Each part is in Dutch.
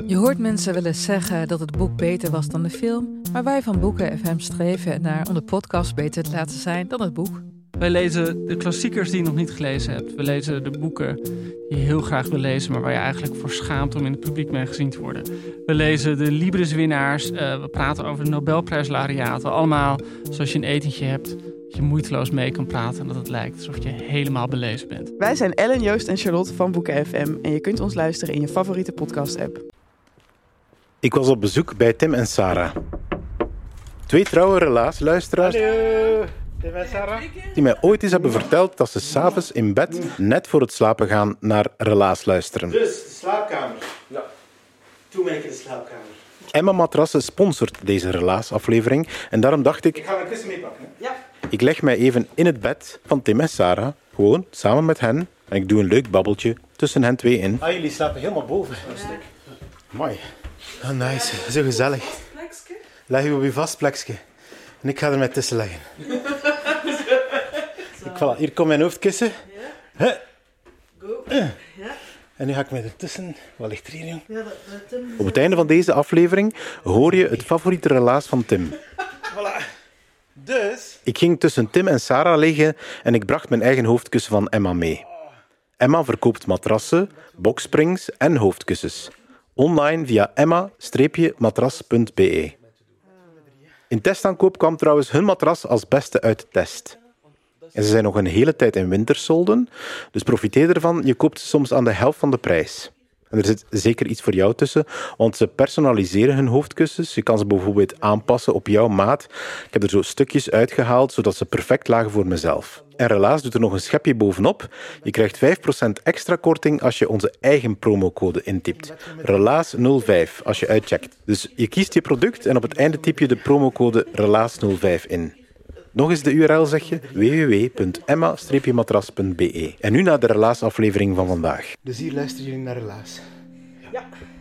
Je hoort mensen wel eens zeggen dat het boek beter was dan de film, maar wij van Boeken FM streven ernaar om de podcast beter te laten zijn dan het boek. Wij lezen de klassiekers die je nog niet gelezen hebt. We lezen de boeken die je heel graag wil lezen, maar waar je eigenlijk voor schaamt om in het publiek mee gezien te worden. We lezen de Libris-winnaars, we praten over de Nobelprijslaureaten. Allemaal zoals je een etentje hebt, dat je moeiteloos mee kan praten en dat het lijkt alsof je helemaal belezen bent. Wij zijn Ellen, Joost en Charlotte van Boeken FM en je kunt ons luisteren in je favoriete podcast-app. Ik was op bezoek bij Tim en Sarah. 2 trouwe relaasluisteraars. Hallo, Tim en Sarah. Die mij ooit eens hebben verteld dat ze 's avonds in bed, net voor het slapen gaan, naar relaas luisteren. Dus, de slaapkamer. Ja. Toen ben ik in de slaapkamer. Emma Matrassen sponsort deze relaasaflevering en daarom dacht Ik ik, ga mijn kussen meepakken. Hè? Ja. ik leg mij even in het bed van Tim en Sarah, gewoon samen met hen, en ik doe een leuk babbeltje tussen hen 2 in. Ah, jullie slapen helemaal boven. Een stuk. Mooi. Oh, nice. Zo gezellig. Leg je op je vast plekje. En ik ga er met tussen leggen. Voilà, hier komt mijn hoofdkussen. Ja. Go. Ja. En nu ga ik met ertussen. Wat ligt er hier, jong? Ja, Op het einde van deze aflevering hoor je het favoriete relaas van Tim. Voilà. Dus... Ik ging tussen Tim en Sarah liggen en ik bracht mijn eigen hoofdkussen van Emma mee. Emma verkoopt matrassen, boxsprings en hoofdkussens. Online via emma-matras.be. In testaankoop kwam trouwens hun matras als beste uit de test. En ze zijn nog een hele tijd in wintersolden, dus profiteer ervan, je koopt ze soms aan de helft van de prijs. En er zit zeker iets voor jou tussen, want ze personaliseren hun hoofdkussens. Je kan ze bijvoorbeeld aanpassen op jouw maat. Ik heb er zo stukjes uitgehaald, zodat ze perfect lagen voor mezelf. En Relaas doet er nog een schepje bovenop. Je krijgt 5% extra korting als je onze eigen promocode intypt. Relaas05 als je uitcheckt. Dus je kiest je product en op het einde typ je de promocode Relaas05 in. Nog eens de URL zeg je, www.emma-matras.be. En nu naar de Relaas-aflevering van vandaag. Dus hier luisteren jullie naar Relaas. Ja.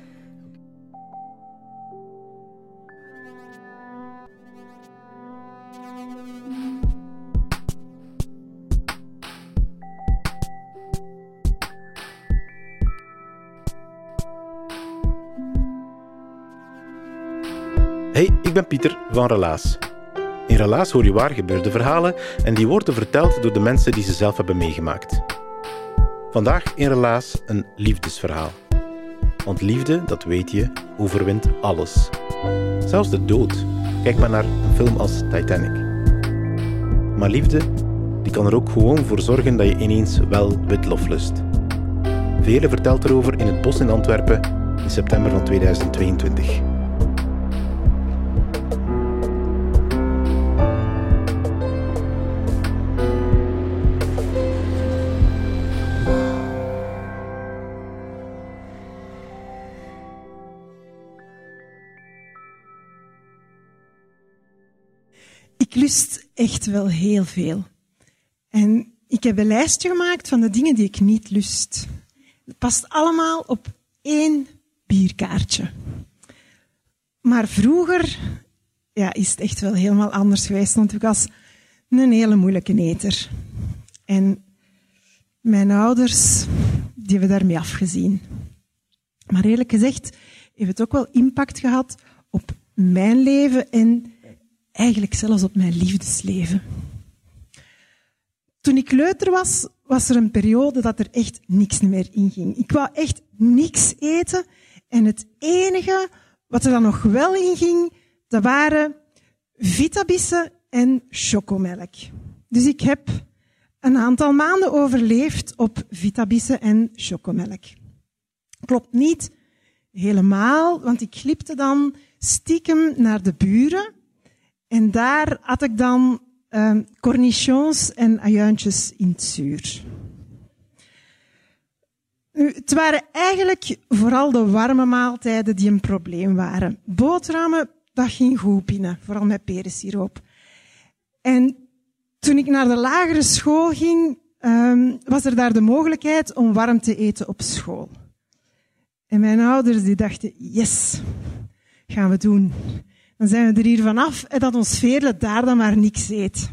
Hey, ik ben Pieter van Relaas. In Relaas hoor je waar gebeurde verhalen en die worden verteld door de mensen die ze zelf hebben meegemaakt. Vandaag in Relaas een liefdesverhaal. Want liefde, dat weet je, overwint alles. Zelfs de dood. Kijk maar naar een film als Titanic. Maar liefde, die kan er ook gewoon voor zorgen dat je ineens wel witlof lust. Vele vertelt erover in het bos in Antwerpen in september van 2022. Ik lust echt wel heel veel. En ik heb een lijstje gemaakt van de dingen die ik niet lust. Het past allemaal op 1 bierkaartje. Maar vroeger is het echt wel helemaal anders geweest, want ik was een hele moeilijke eter. En mijn ouders die hebben daarmee afgezien. Maar eerlijk gezegd heeft het ook wel impact gehad op mijn leven en eigenlijk zelfs op mijn liefdesleven. Toen ik kleuter was, was er een periode dat er echt niks meer in ging. Ik wou echt niks eten en het enige wat er dan nog wel in ging, dat waren Vitabissen en chocomelk. Dus ik heb een aantal maanden overleefd op Vitabissen en chocomelk. Klopt niet helemaal, want ik glipte dan stiekem naar de buren. En daar had ik dan cornichons en ajuintjes in het zuur. Nu, het waren eigenlijk vooral de warme maaltijden die een probleem waren. Boterhammen, dat ging goed binnen, vooral met perensiroop. En toen ik naar de lagere school ging, was er daar de mogelijkheid om warm te eten op school. En mijn ouders die dachten, yes, gaan we doen. Dan zijn we er hier vanaf en dat ons Veerle daar dan maar niks eet.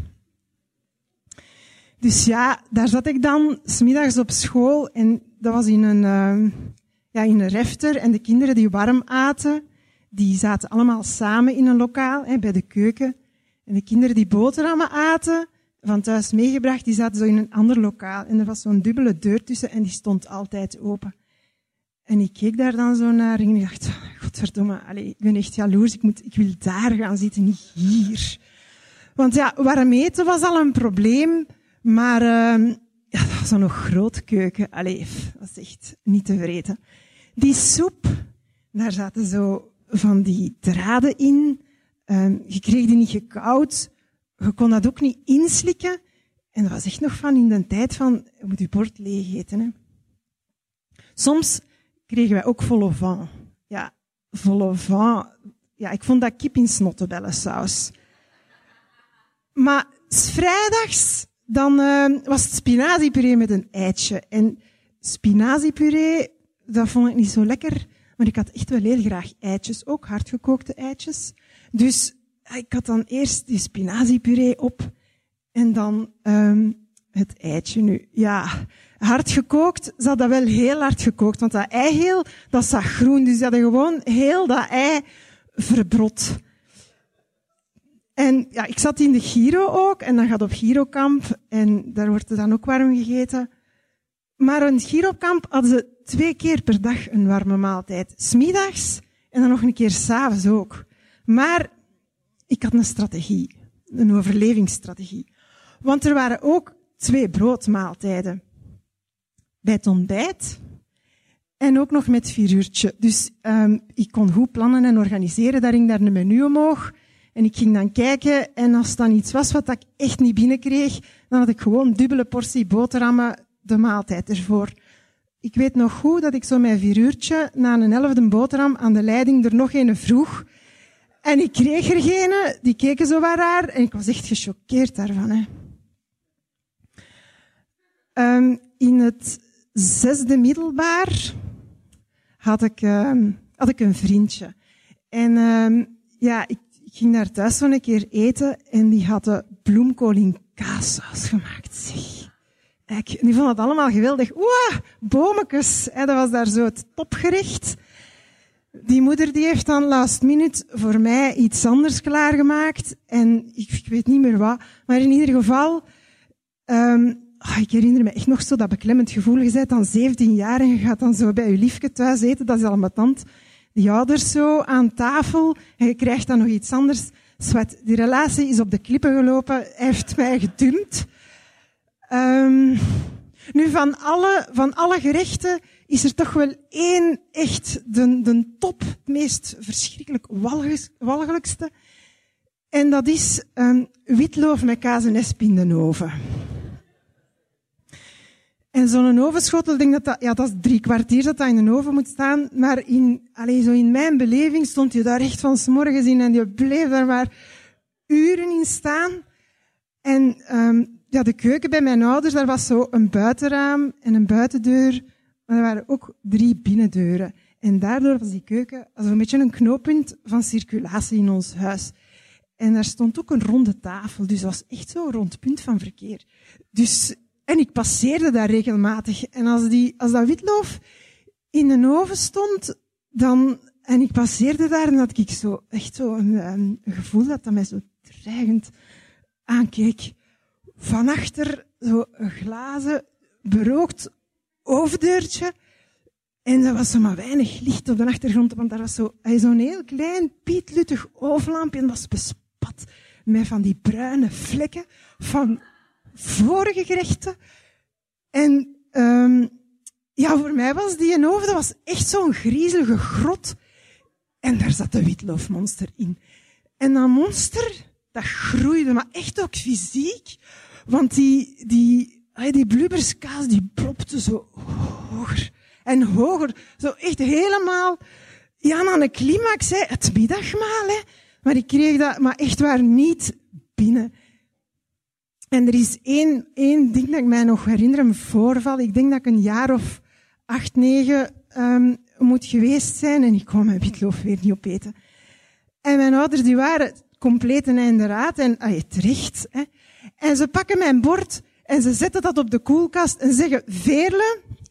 Dus ja, daar zat ik dan 's middags op school en dat was in in een refter. En de kinderen die warm aten, die zaten allemaal samen in een lokaal, bij de keuken. En de kinderen die boterhammen aten, van thuis meegebracht, die zaten zo in een ander lokaal. En er was zo'n dubbele deur tussen en die stond altijd open. En ik keek daar dan zo naar en ik dacht, godverdomme, ik ben echt jaloers, ik wil daar gaan zitten, niet hier. Want warm eten was al een probleem, maar dat was dan nog groot keuken. Dat is echt niet te vreten. Die soep, daar zaten zo van die draden in. Je kreeg die niet gekoud. Je kon dat ook niet inslikken. En dat was echt nog van in de tijd van, je moet je bord leeg eten. Hè. Soms kregen wij ook vol au vent. Ja, vol au vent. Ja, ik vond dat kip in snottebellensaus. Maar 's vrijdags, dan was het spinaziepuree met een eitje. En spinaziepuree, dat vond ik niet zo lekker. Maar ik had echt wel heel graag eitjes, ook hardgekookte eitjes. Dus ik had dan eerst die spinaziepuree op en dan het eitje nu. Ja, hard gekookt, ze hadden wel heel hard gekookt, want dat eigeel, dat zag groen. Dus ze hadden gewoon heel dat ei verbrot. En ik zat in de Giro ook, en dan gaat op Girokamp, en daar wordt het dan ook warm gegeten. Maar in het Girokamp hadden ze 2 keer per dag een warme maaltijd. 's Middags en dan nog een keer 's avonds ook. Maar ik had een strategie, een overlevingsstrategie. Want er waren ook 2 broodmaaltijden. Bij het ontbijt en ook nog met 4 uurtje. Dus ik kon goed plannen en organiseren. Daar ging daar een menu omhoog. En ik ging dan kijken. En als het dan iets was wat ik echt niet binnenkreeg, dan had ik gewoon dubbele portie boterhammen, de maaltijd ervoor. Ik weet nog goed dat ik zo mijn 4 uurtje na een 11e boterham aan de leiding er nog een vroeg. En ik kreeg er geen, die keken zo wat raar. En ik was echt gechoqueerd daarvan. Hè. In het 6e middelbaar had ik een vriendje. En ik ging daar thuis zo een keer eten en die hadden bloemkool in kaassaus gemaakt. Zeg. Die vonden het allemaal geweldig. Oeh, bometjes. Dat was daar zo het topgerecht. Die moeder die heeft dan last minute voor mij iets anders klaargemaakt. En ik weet niet meer wat. Maar in ieder geval, ik herinner me echt nog zo dat beklemmend gevoel. Je bent dan 17 jaar en je gaat dan zo bij je liefje thuis eten. Dat is al ambetant. Die ouders zo aan tafel. En je krijgt dan nog iets anders. Zwart, die relatie is op de klippen gelopen. Hij heeft mij gedumpt. Nu, van alle gerechten is er toch wel één echt de top, het meest verschrikkelijk walgelijkste. En dat is witloof met kaas en esp in de oven. En zo'n ovenschotel, ik denk dat is 3 kwartier dat in de oven moet staan. Maar in mijn beleving stond je daar echt van 's morgens in en je bleef daar maar uren in staan. En de keuken bij mijn ouders, daar was zo een buitenraam en een buitendeur. Maar er waren ook 3 binnendeuren. En daardoor was die keuken een beetje een knooppunt van circulatie in ons huis. En daar stond ook een ronde tafel. Dus dat was echt zo'n rond punt van verkeer. En ik passeerde daar regelmatig. En als dat witloof in de oven stond, en ik passeerde daar, dan had ik echt een gevoel dat mij zo dreigend aankeek. Van achter zo een glazen, berookt ovendeurtje. En er was zo maar weinig licht op de achtergrond, want daar was zo'n heel klein, pietluttig ovenlampje en dat was bespat met van die bruine vlekken van vorige gerechten. En voor mij was die oven, dat was echt zo'n griezelige grot. En daar zat de witloofmonster in. En dat monster, dat groeide, maar echt ook fysiek. Want die blubberskaas, die plopte zo hoger en hoger. Zo echt helemaal, aan een climax, hè. Het middagmaal, hè. Maar ik kreeg dat, maar echt waar, niet binnen. En er is één ding dat ik mij nog herinner, een voorval. Ik denk dat ik een jaar of 8, 9 moet geweest zijn. En ik kon mijn witloof weer niet opeten. En mijn ouders, die waren compleet een einde raad. En terecht, hè. En ze pakken mijn bord en ze zetten dat op de koelkast en zeggen, Veerle,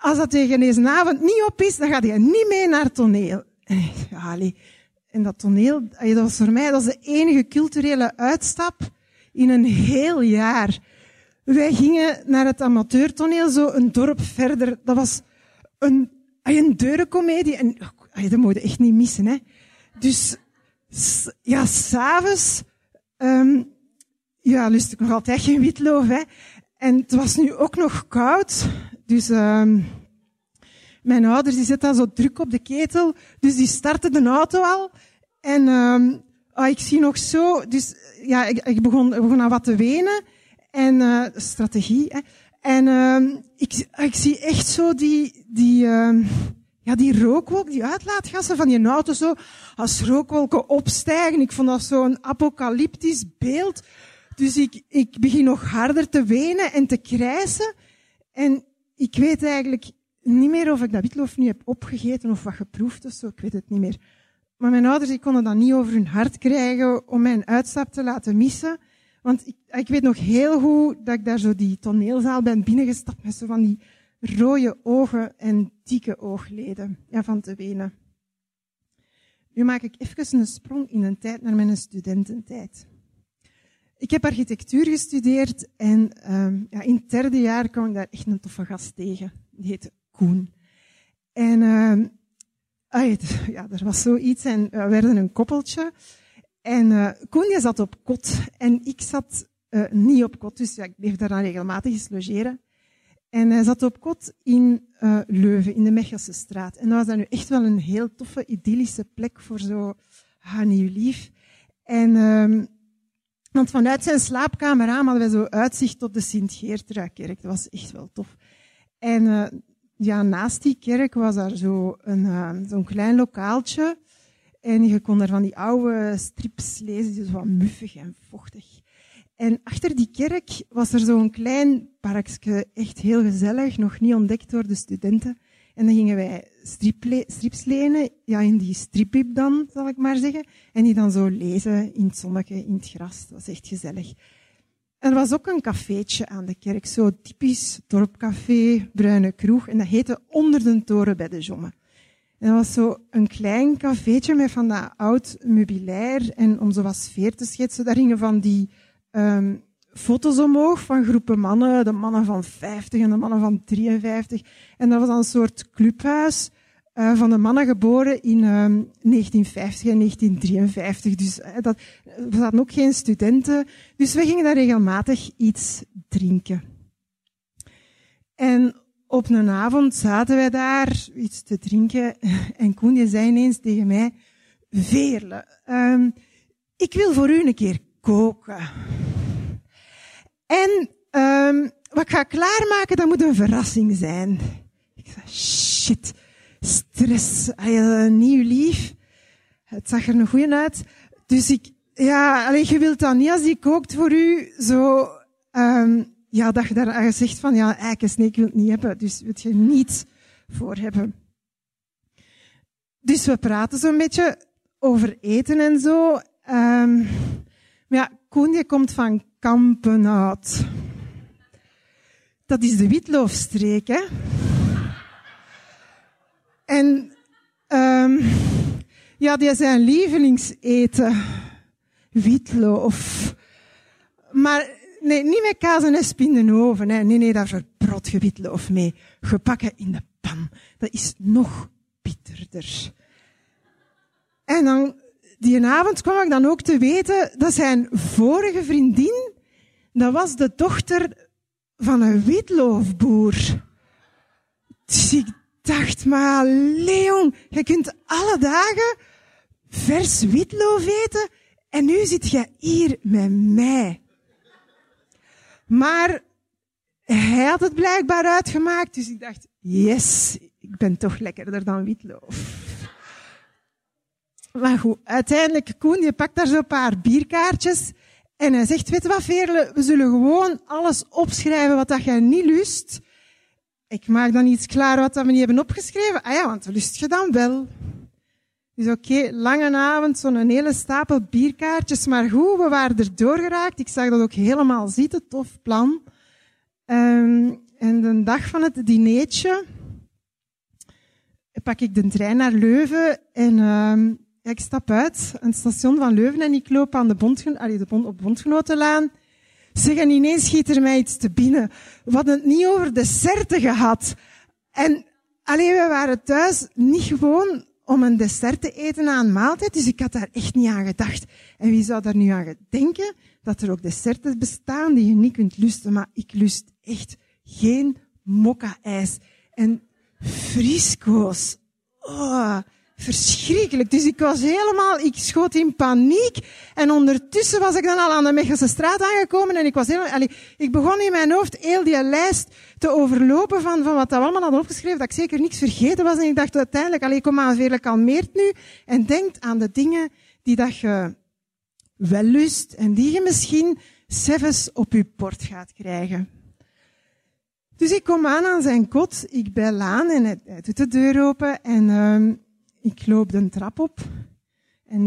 als dat tegen deze avond niet op is, dan ga je niet mee naar het toneel. En dat toneel, dat was voor mij dat was de enige culturele uitstap in een heel jaar. Wij gingen naar het amateurtoneel, zo een dorp verder. Dat was een deurencomedie. En dat moet je echt niet missen, hè. Dus, ja, 's avonds, lust ik nog altijd geen witloof, hè. En het was nu ook nog koud. Dus, mijn ouders, die zetten dan zo druk op de ketel. Dus die startten de auto al. En, ik zie nog zo, dus, ja, ik begon aan wat te wenen. En, strategie, hè. En, ik zie echt zo die rookwolk, die uitlaatgassen van die auto zo als rookwolken opstijgen. Ik vond dat zo'n apocalyptisch beeld. Dus ik begin nog harder te wenen en te krijsen. En ik weet eigenlijk niet meer of ik dat witloof nu heb opgegeten of wat geproefd of zo. Ik weet het niet meer. Maar mijn ouders, die konden dat niet over hun hart krijgen om mijn uitstap te laten missen. Want ik weet nog heel goed dat ik daar zo die toneelzaal ben binnengestapt met zo van die rode ogen en dikke oogleden. Ja, van te wenen. Nu maak ik even een sprong in een tijd naar mijn studententijd. Ik heb architectuur gestudeerd en in het derde jaar kwam ik daar echt een toffe gast tegen. Die heette Koen. En er was zoiets en we werden een koppeltje. En Koen die zat op kot en ik zat niet op kot, dus ja, ik bleef daar dan regelmatig eens logeren. En hij zat op kot in Leuven, in de Mechelse straat. En dat was dan nu echt wel een heel toffe, idyllische plek voor zo nieuw lief. En want vanuit zijn slaapkamer aan hadden wij zo uitzicht op de Sint-Geertruikerk. Dat was echt wel tof. En naast die kerk was daar zo zo'n klein lokaaltje. En je kon daar van die oude strips lezen, die zo wat muffig en vochtig. En achter die kerk was er zo'n klein parkje, echt heel gezellig, nog niet ontdekt door de studenten. En dan gingen wij strips lenen, ja, in die stripbib dan, zal ik maar zeggen. En die dan zo lezen in het zonnetje, in het gras. Dat was echt gezellig. En er was ook een cafeetje aan de kerk, zo typisch dorpcafé, bruine kroeg. En dat heette Onder de Toren bij de Jomme. En dat was zo een klein cafeetje met van dat oud meubilair. En om zo wat sfeer te schetsen, daar gingen van die foto's omhoog van groepen mannen, de mannen van 50 en de mannen van 53. En dat was dan een soort clubhuis van de mannen geboren in 1950 en 1953. Dus we hadden ook geen studenten. Dus we gingen daar regelmatig iets drinken. En op een avond zaten wij daar iets te drinken en Koen die zei ineens tegen mij: Veerle, ik wil voor u een keer koken. En wat ik ga klaarmaken, dat moet een verrassing zijn. Ik zei, shit, stress, een nieuw lief. Het zag er nog goed uit. Dus je wilt dan niet als die kookt voor u, zo, dat je daar zegt van, ja, eikens, nee, ik wil het niet hebben. Dus wil je niets voor hebben. Dus we praten zo'n beetje over eten en zo. Maar ja, Koen die komt van Kampenhout. Dat is de witloofstreek, hè. En die zijn lievelingseten. Witloof. Maar nee, niet met kaas en esp in de oven. Hè. Nee, daar verbrot je witloof mee. Gebakken in de pan. Dat is nog bitterder. En dan die avond kwam ik dan ook te weten dat zijn vorige vriendin, dat was de dochter van een witloofboer. Dus ik dacht, maar Leon, je kunt alle dagen vers witloof eten en nu zit je hier met mij. Maar hij had het blijkbaar uitgemaakt, dus ik dacht, yes, ik ben toch lekkerder dan witloof. Maar goed, uiteindelijk, Koen, die pakt daar zo'n paar bierkaartjes en hij zegt, weet je wat, Veerle, we zullen gewoon alles opschrijven wat dat jij niet lust. Ik maak dan iets klaar wat we niet hebben opgeschreven. Ah ja, want lust je dan wel. Dus oké, lange avond, zo'n hele stapel bierkaartjes, maar goed, we waren er doorgeraakt. Ik zag dat ook helemaal zitten, tof plan. En de dag van het dineetje, pak ik de trein naar Leuven en ik stap uit aan het station van Leuven en ik loop aan op Bondgenotenlaan. Zeg, en ineens schiet er mij iets te binnen. We hadden het niet over desserten gehad. En we waren thuis niet gewoon om een dessert te eten na een maaltijd, dus ik had daar echt niet aan gedacht. En wie zou daar nu aan denken? Dat er ook desserten bestaan die je niet kunt lusten, maar ik lust echt geen mokka-ijs. En frisco's. Oh, verschrikkelijk. Dus ik schoot in paniek. En ondertussen was ik dan al aan de Mechelse straat aangekomen en ik begon in mijn hoofd heel die lijst te overlopen van wat we allemaal hadden opgeschreven, dat ik zeker niks vergeten was. En ik dacht uiteindelijk, kom maar, Veerle kalmeert nu en denk aan de dingen die dat je wel lust en die je misschien zelfs op je bord gaat krijgen. Dus ik kom aan zijn kot, ik bel aan en hij doet de deur open en ik loop de trap op. En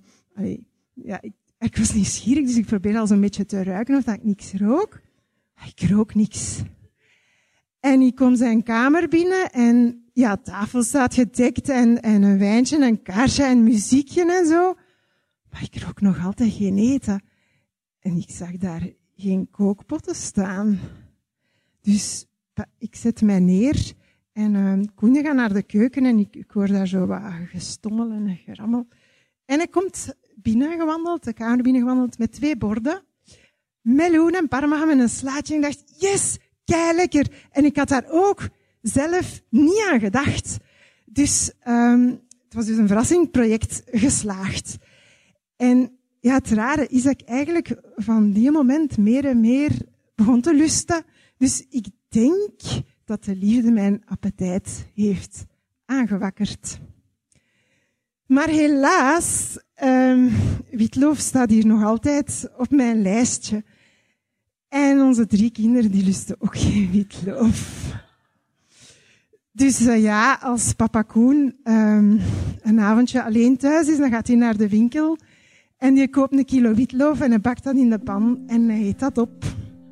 ik was nieuwsgierig, dus ik probeer al zo'n beetje te ruiken of dat ik niks rook. Ik rook niks. En ik kom zijn kamer binnen en tafel staat gedekt en een wijntje, een kaarsje en muziekje en zo. Maar ik rook nog altijd geen eten. En ik zag daar geen kookpotten staan. Dus ik zet mij neer en Koen gaat naar de keuken en ik hoor daar zo wat gestommel en gerammel. En hij komt binnengewandeld, de kamer binnengewandeld met 2 borden. Meloen en parmaham en een slaatje. En ik dacht, yes, kei lekker. En ik had daar ook zelf niet aan gedacht. Dus het was dus een verrassingproject geslaagd. En het rare is dat ik eigenlijk van die moment meer en meer begon te lusten. Dus ik denk dat de liefde mijn appetijt heeft aangewakkerd. Maar helaas, witloof staat hier nog altijd op mijn lijstje. En onze 3 kinderen die lusten ook geen witloof. Dus als papa Koen een avondje alleen thuis is, dan gaat hij naar de winkel en die koopt 1 kilo witloof en hij bakt dat in de pan en hij eet dat op.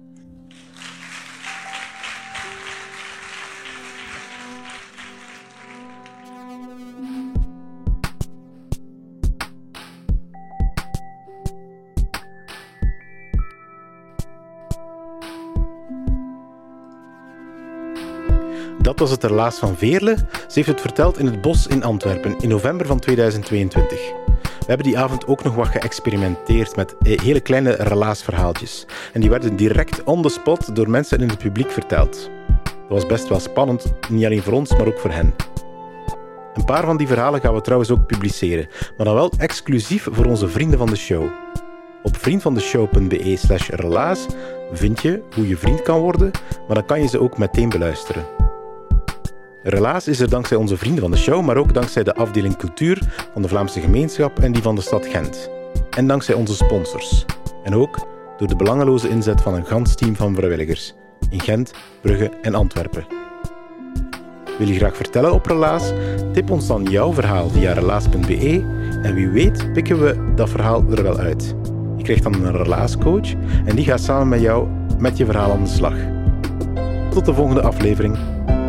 Dat was het relaas van Veerle. Ze heeft het verteld in het bos in Antwerpen in november van 2022. We hebben die avond ook nog wat geëxperimenteerd met hele kleine relaasverhaaltjes. En die werden direct on the spot door mensen in het publiek verteld. Dat was best wel spannend, niet alleen voor ons, maar ook voor hen. Een paar van die verhalen gaan we trouwens ook publiceren, maar dan wel exclusief voor onze vrienden van de show. Op vriendvandeshow.be/relaas vind je hoe je vriend kan worden, maar dan kan je ze ook meteen beluisteren. Relaas is er dankzij onze vrienden van de show, maar ook dankzij de afdeling cultuur van de Vlaamse gemeenschap en die van de stad Gent. En dankzij onze sponsors. En ook door de belangeloze inzet van een gans team van vrijwilligers in Gent, Brugge en Antwerpen. Wil je graag vertellen op Relaas? Tip ons dan jouw verhaal via relaas.be en wie weet pikken we dat verhaal er wel uit. Je krijgt dan een relaascoach en die gaat samen met jou met je verhaal aan de slag. Tot de volgende aflevering.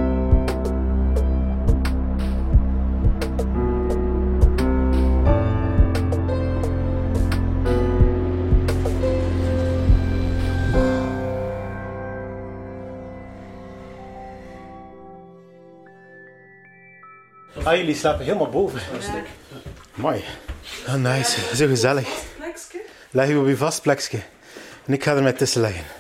Jullie slapen helemaal boven. Mooi. Oh, nice. Zo gezellig. Leg je op je vast plekje. En ik ga er met tussen leggen.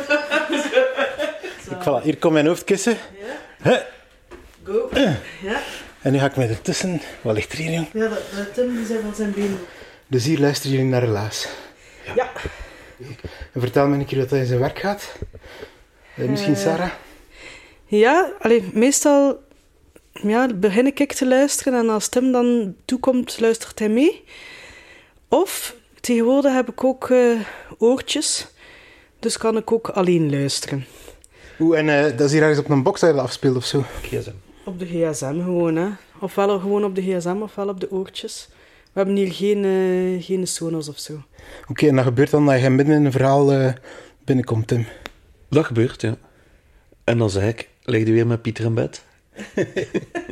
Voilà, hier komt mijn hoofdkussen. Ja. Go. Ja. En nu ga ik met ertussen. Wat ligt er hier, jong? Ja, Tim die zei van zijn benen. Dus hier luisteren jullie naar Relaas. Ja. En vertel me een keer dat hij in zijn werk gaat. Misschien Sarah? Ja, meestal begin ik te luisteren en als Tim dan toekomt, luistert hij mee. Of tegenwoordig heb ik ook oortjes, dus kan ik ook alleen luisteren. En dat is hier ergens op een box dat je dat afspeelt of zo? GSM. Op de gsm gewoon, hè. Ofwel gewoon op de gsm, ofwel op de oortjes. We hebben hier geen Sonos of zo. Oké, en dat gebeurt dan dat je midden in een verhaal binnenkomt, Tim? Dat gebeurt, ja. En dan zeg ik, lig je weer met Pieter in bed?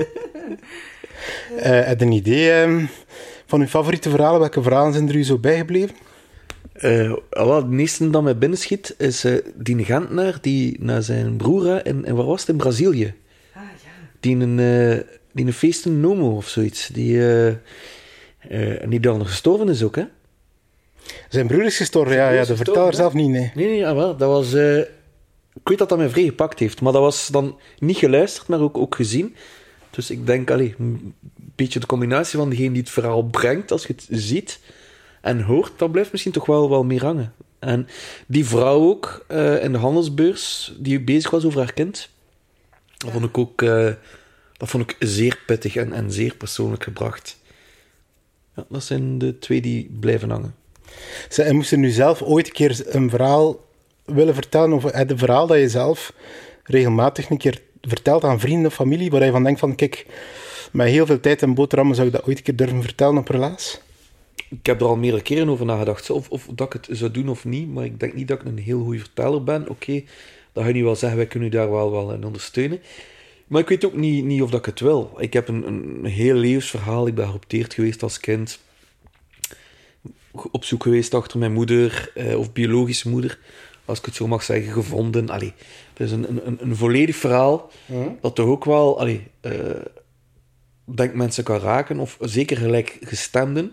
Heb je een idee van uw favoriete verhalen? Welke verhalen zijn er u zo bijgebleven? Het meeste dat mij binnenschiet is die Gentenaar die naar zijn broer en waar was het? In Brazilië. Ah, ja. Die een feest in Nomo of zoiets. Die dan gestorven is ook, hè? Zijn broer is gestorven, ja, de verteller zelf niet, nee. Nee, jawel. Dat was... ik weet dat mij vrij gepakt heeft, maar dat was dan niet geluisterd, maar ook gezien. Dus ik denk, een beetje de combinatie van degene die het verhaal brengt, als je het ziet en hoort, dat blijft misschien toch wel meer hangen. En die vrouw ook, in de handelsbeurs, die bezig was over haar kind, dat vond ik ook... dat vond ik zeer pittig en zeer persoonlijk gebracht. Ja, dat zijn de 2 die blijven hangen. En moest je nu zelf ooit een keer een verhaal willen vertellen, of het verhaal dat je zelf regelmatig een keer vertelt aan vrienden of familie, waar je van denkt van, kijk, met heel veel tijd en boterhammen zou ik dat ooit een keer durven vertellen op relaas? Ik heb er al meerdere keren over nagedacht, of dat ik het zou doen of niet, maar ik denk niet dat ik een heel goede verteller ben. Oké, dat ga je nu wel zeggen, wij kunnen u daar wel in ondersteunen. Maar ik weet ook niet of dat ik het wil. Ik heb een heel levensverhaal. Ik ben geadopteerd geweest als kind. Op zoek geweest achter mijn moeder, of biologische moeder, als ik het zo mag zeggen, gevonden. Het is een volledig verhaal dat toch ook wel, denk mensen kan raken, of zeker gelijkgestemden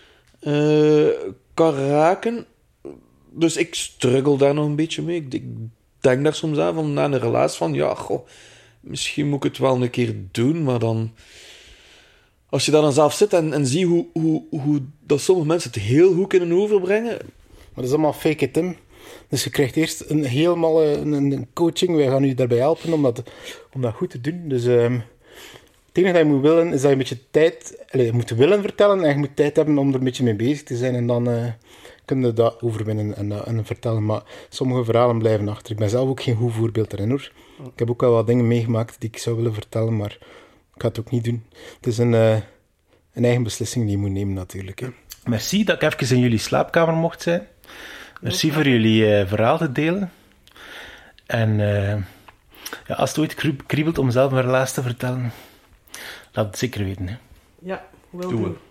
kan raken. Dus ik struggle daar nog een beetje mee. Ik denk daar soms aan, van na een relatie van, misschien moet ik het wel een keer doen, maar dan... Als je daar dan zelf zit en ziet hoe dat sommige mensen het heel goed kunnen overbrengen... Maar dat is allemaal fake it, Tim. Dus je krijgt eerst een coaching. Wij gaan u daarbij helpen om dat goed te doen. Dus het enige dat je moet willen, is dat je een beetje tijd... je moet willen vertellen en je moet tijd hebben om er een beetje mee bezig te zijn. En dan kun je dat overwinnen en vertellen. Maar sommige verhalen blijven achter. Ik ben zelf ook geen goed voorbeeld erin, hoor. Ik heb ook wel wat dingen meegemaakt die ik zou willen vertellen, maar ik ga het ook niet doen. Het is een eigen beslissing die je moet nemen, natuurlijk. Hè. Merci dat ik even in jullie slaapkamer mocht zijn. Merci voor jullie verhaal te delen. En als het ooit kriebelt om zelf een relaas te vertellen, laat het zeker weten. Hè. Ja, wel Doen we. doen.